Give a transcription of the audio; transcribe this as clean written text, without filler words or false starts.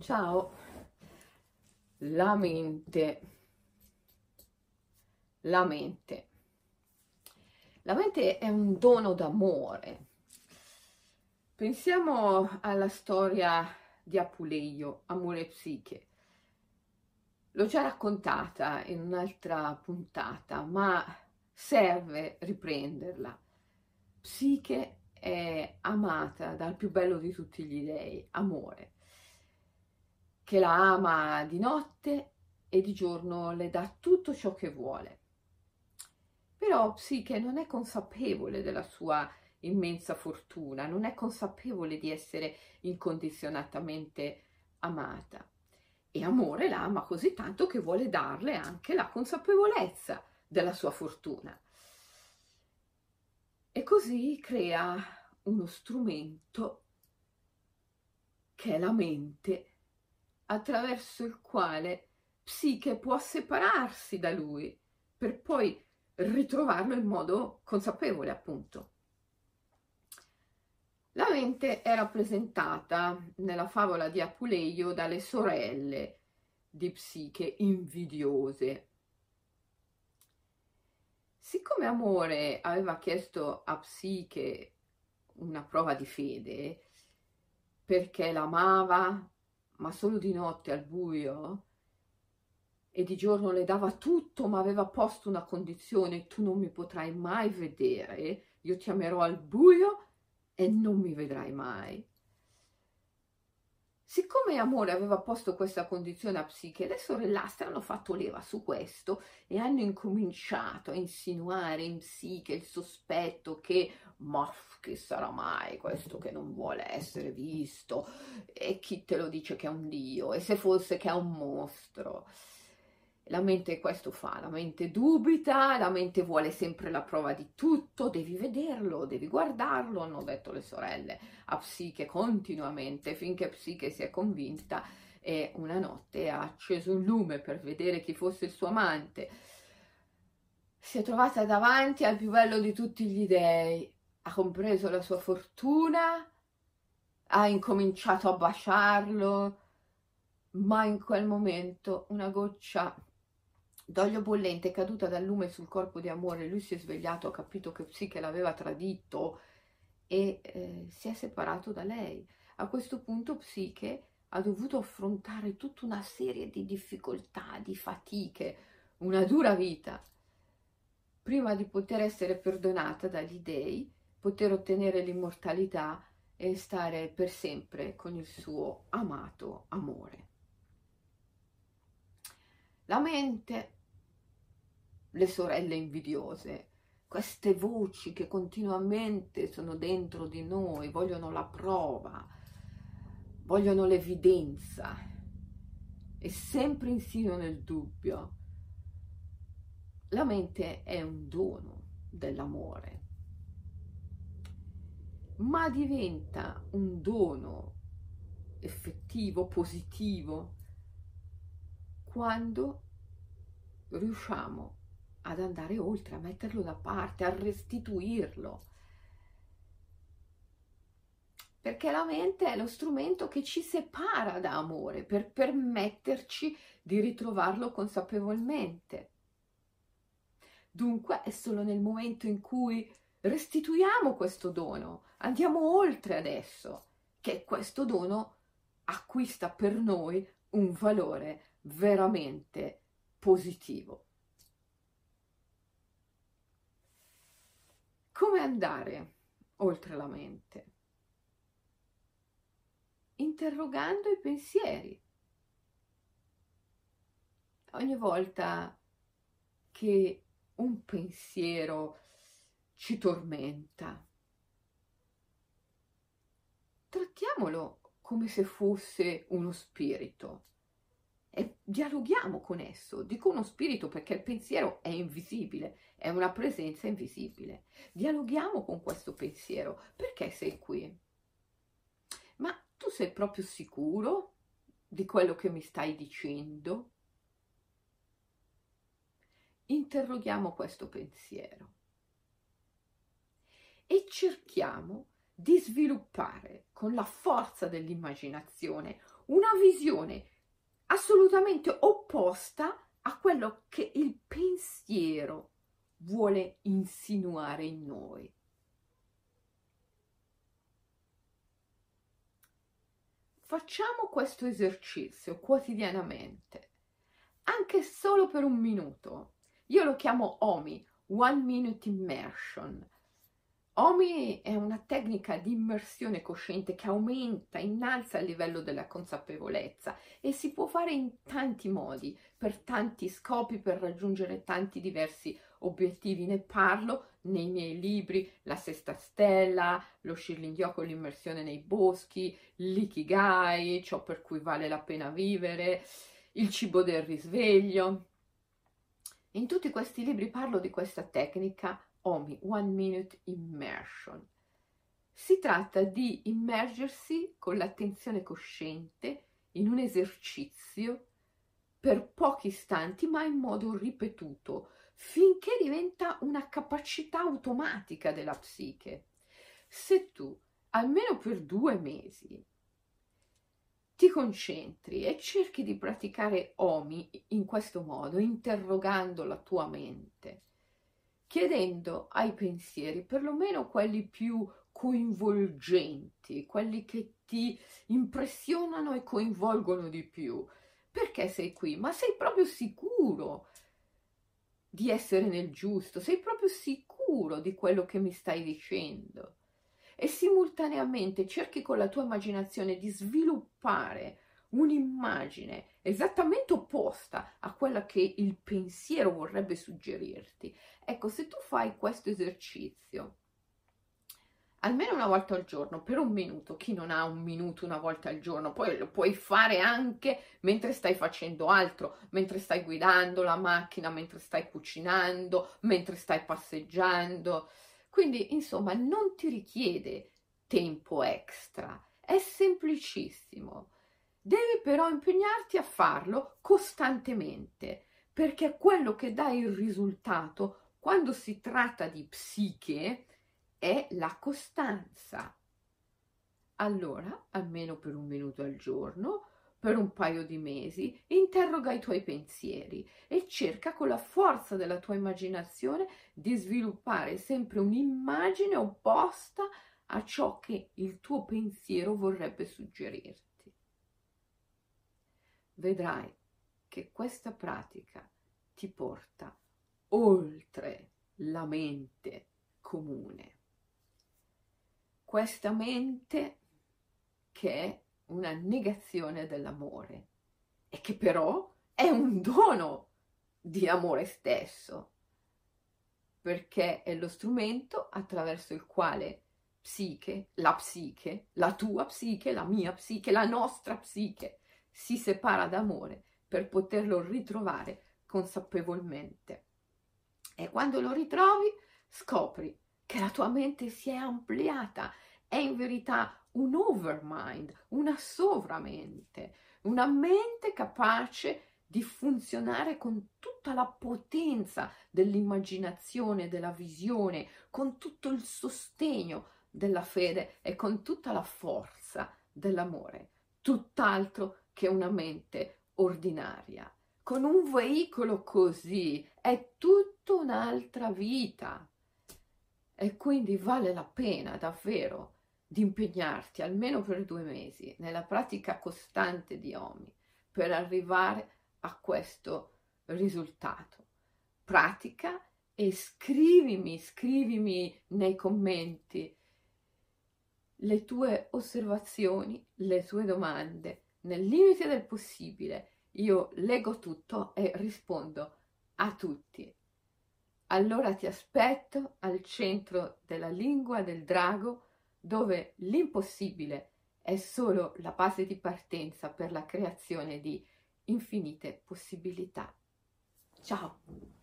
Ciao, la mente, la mente. La mente è un dono d'amore. Pensiamo alla storia di Apuleio, Amore e Psiche. L'ho già raccontata in un'altra puntata, ma serve riprenderla. Psiche è amata dal più bello di tutti gli dei, Amore, che la ama di notte e di giorno le dà tutto ciò che vuole. Però Psiche non è consapevole della sua immensa fortuna, non è consapevole di essere incondizionatamente amata. E Amore la ama così tanto che vuole darle anche la consapevolezza della sua fortuna. E così crea uno strumento che è la mente, attraverso il quale Psiche può separarsi da lui per poi ritrovarlo in modo consapevole, appunto. La mente è rappresentata nella favola di Apuleio dalle sorelle di Psiche invidiose. Siccome Amore aveva chiesto a Psiche una prova di fede, perché l'amava, ma solo di notte al buio, e di giorno le dava tutto, ma aveva posto una condizione: tu non mi potrai mai vedere, io ti amerò al buio e non mi vedrai mai. Siccome Amore aveva posto questa condizione a Psiche, le sorellastre hanno fatto leva su questo e hanno incominciato a insinuare in Psiche il sospetto che, ma che sarà mai questo che non vuole essere visto, e chi te lo dice che è un dio, e se fosse che è un mostro. La mente questo fa, la mente dubita, la mente vuole sempre la prova di tutto, devi vederlo, devi guardarlo, hanno detto le sorelle a Psiche continuamente, finché Psiche si è convinta e una notte ha acceso un lume per vedere chi fosse il suo amante. Si è trovata davanti al più bello di tutti gli dei, ha compreso la sua fortuna, ha incominciato a baciarlo, ma in quel momento una goccia d'olio bollente è caduta dal lume sul corpo di Amore. Lui si è svegliato, ha capito che Psiche l'aveva tradito e si è separato da lei. A questo punto Psiche ha dovuto affrontare tutta una serie di difficoltà, di fatiche, una dura vita, prima di poter essere perdonata dagli dei, poter ottenere l'immortalità e stare per sempre con il suo amato Amore. La mente, le sorelle invidiose, queste voci che continuamente sono dentro di noi, vogliono la prova, vogliono l'evidenza e sempre insinuano il dubbio. La mente è un dono dell'amore, ma diventa un dono effettivo, positivo, quando riusciamo ad andare oltre, a metterlo da parte, a restituirlo. Perché la mente è lo strumento che ci separa da Amore per permetterci di ritrovarlo consapevolmente. Dunque è solo nel momento in cui restituiamo questo dono, andiamo oltre adesso, che questo dono acquista per noi un valore veramente positivo. Come andare oltre la mente? Interrogando i pensieri. Ogni volta che un pensiero ci tormenta, trattiamolo come se fosse uno spirito e dialoghiamo con esso. Dico uno spirito perché il pensiero è invisibile, è una presenza invisibile. Dialoghiamo con questo pensiero. Perché sei qui? Ma tu sei proprio sicuro di quello che mi stai dicendo? Interroghiamo questo pensiero e cerchiamo di sviluppare con la forza dell'immaginazione una visione assolutamente opposta a quello che il pensiero vuole insinuare in noi. Facciamo questo esercizio quotidianamente, anche solo per un minuto. Io lo chiamo OMI, One Minute Immersion. OMI è una tecnica di immersione cosciente che aumenta, innalza il livello della consapevolezza e si può fare in tanti modi, per tanti scopi, per raggiungere tanti diversi obiettivi. Ne parlo nei miei libri, La Sesta Stella, Lo Shirlingyoku, l'immersione nei boschi, l'Ikigai, ciò per cui vale la pena vivere, Il cibo del risveglio. In tutti questi libri parlo di questa tecnica OMI, One Minute Immersion. Si tratta di immergersi con l'attenzione cosciente in un esercizio per pochi istanti, ma in modo ripetuto, finché diventa una capacità automatica della psiche. Se tu, almeno per 2 mesi, ti concentri e cerchi di praticare OMI in questo modo, interrogando la tua mente, chiedendo ai pensieri, perlomeno quelli più coinvolgenti, quelli che ti impressionano e coinvolgono di più. Perché sei qui? Ma sei proprio sicuro di essere nel giusto? Sei proprio sicuro di quello che mi stai dicendo? E simultaneamente cerchi con la tua immaginazione di sviluppare un'immagine esattamente opposta a quella che il pensiero vorrebbe suggerirti. Ecco, se tu fai questo esercizio almeno una volta al giorno, per un minuto, chi non ha un minuto una volta al giorno, poi lo puoi fare anche mentre stai facendo altro, mentre stai guidando la macchina, mentre stai cucinando, mentre stai passeggiando. Quindi, insomma, non ti richiede tempo extra, è semplicissimo. Devi però impegnarti a farlo costantemente, perché è quello che dà il risultato quando si tratta di psiche è la costanza. Allora, almeno per un minuto al giorno, per un paio di mesi, interroga i tuoi pensieri e cerca con la forza della tua immaginazione di sviluppare sempre un'immagine opposta a ciò che il tuo pensiero vorrebbe suggerirti. Vedrai che questa pratica ti porta oltre la mente comune. Questa mente che è una negazione dell'amore e che però è un dono di amore stesso, perché è lo strumento attraverso il quale la tua psiche, la mia psiche, la nostra psiche si separa d'amore per poterlo ritrovare consapevolmente. E quando lo ritrovi scopri che la tua mente si è ampliata, è in verità un overmind, una sovramente, una mente capace di funzionare con tutta la potenza dell'immaginazione, della visione, con tutto il sostegno della fede e con tutta la forza dell'amore, tutt'altro che una mente ordinaria. Con un veicolo così è tutta un'altra vita e quindi vale la pena davvero di impegnarti almeno per 2 mesi nella pratica costante di OMI per arrivare a questo risultato. Pratica e scrivimi nei commenti le tue osservazioni, le tue domande, nel limite del possibile. Io leggo tutto e rispondo a tutti. Allora ti aspetto al centro della lingua del drago, dove l'impossibile è solo la base di partenza per la creazione di infinite possibilità. Ciao!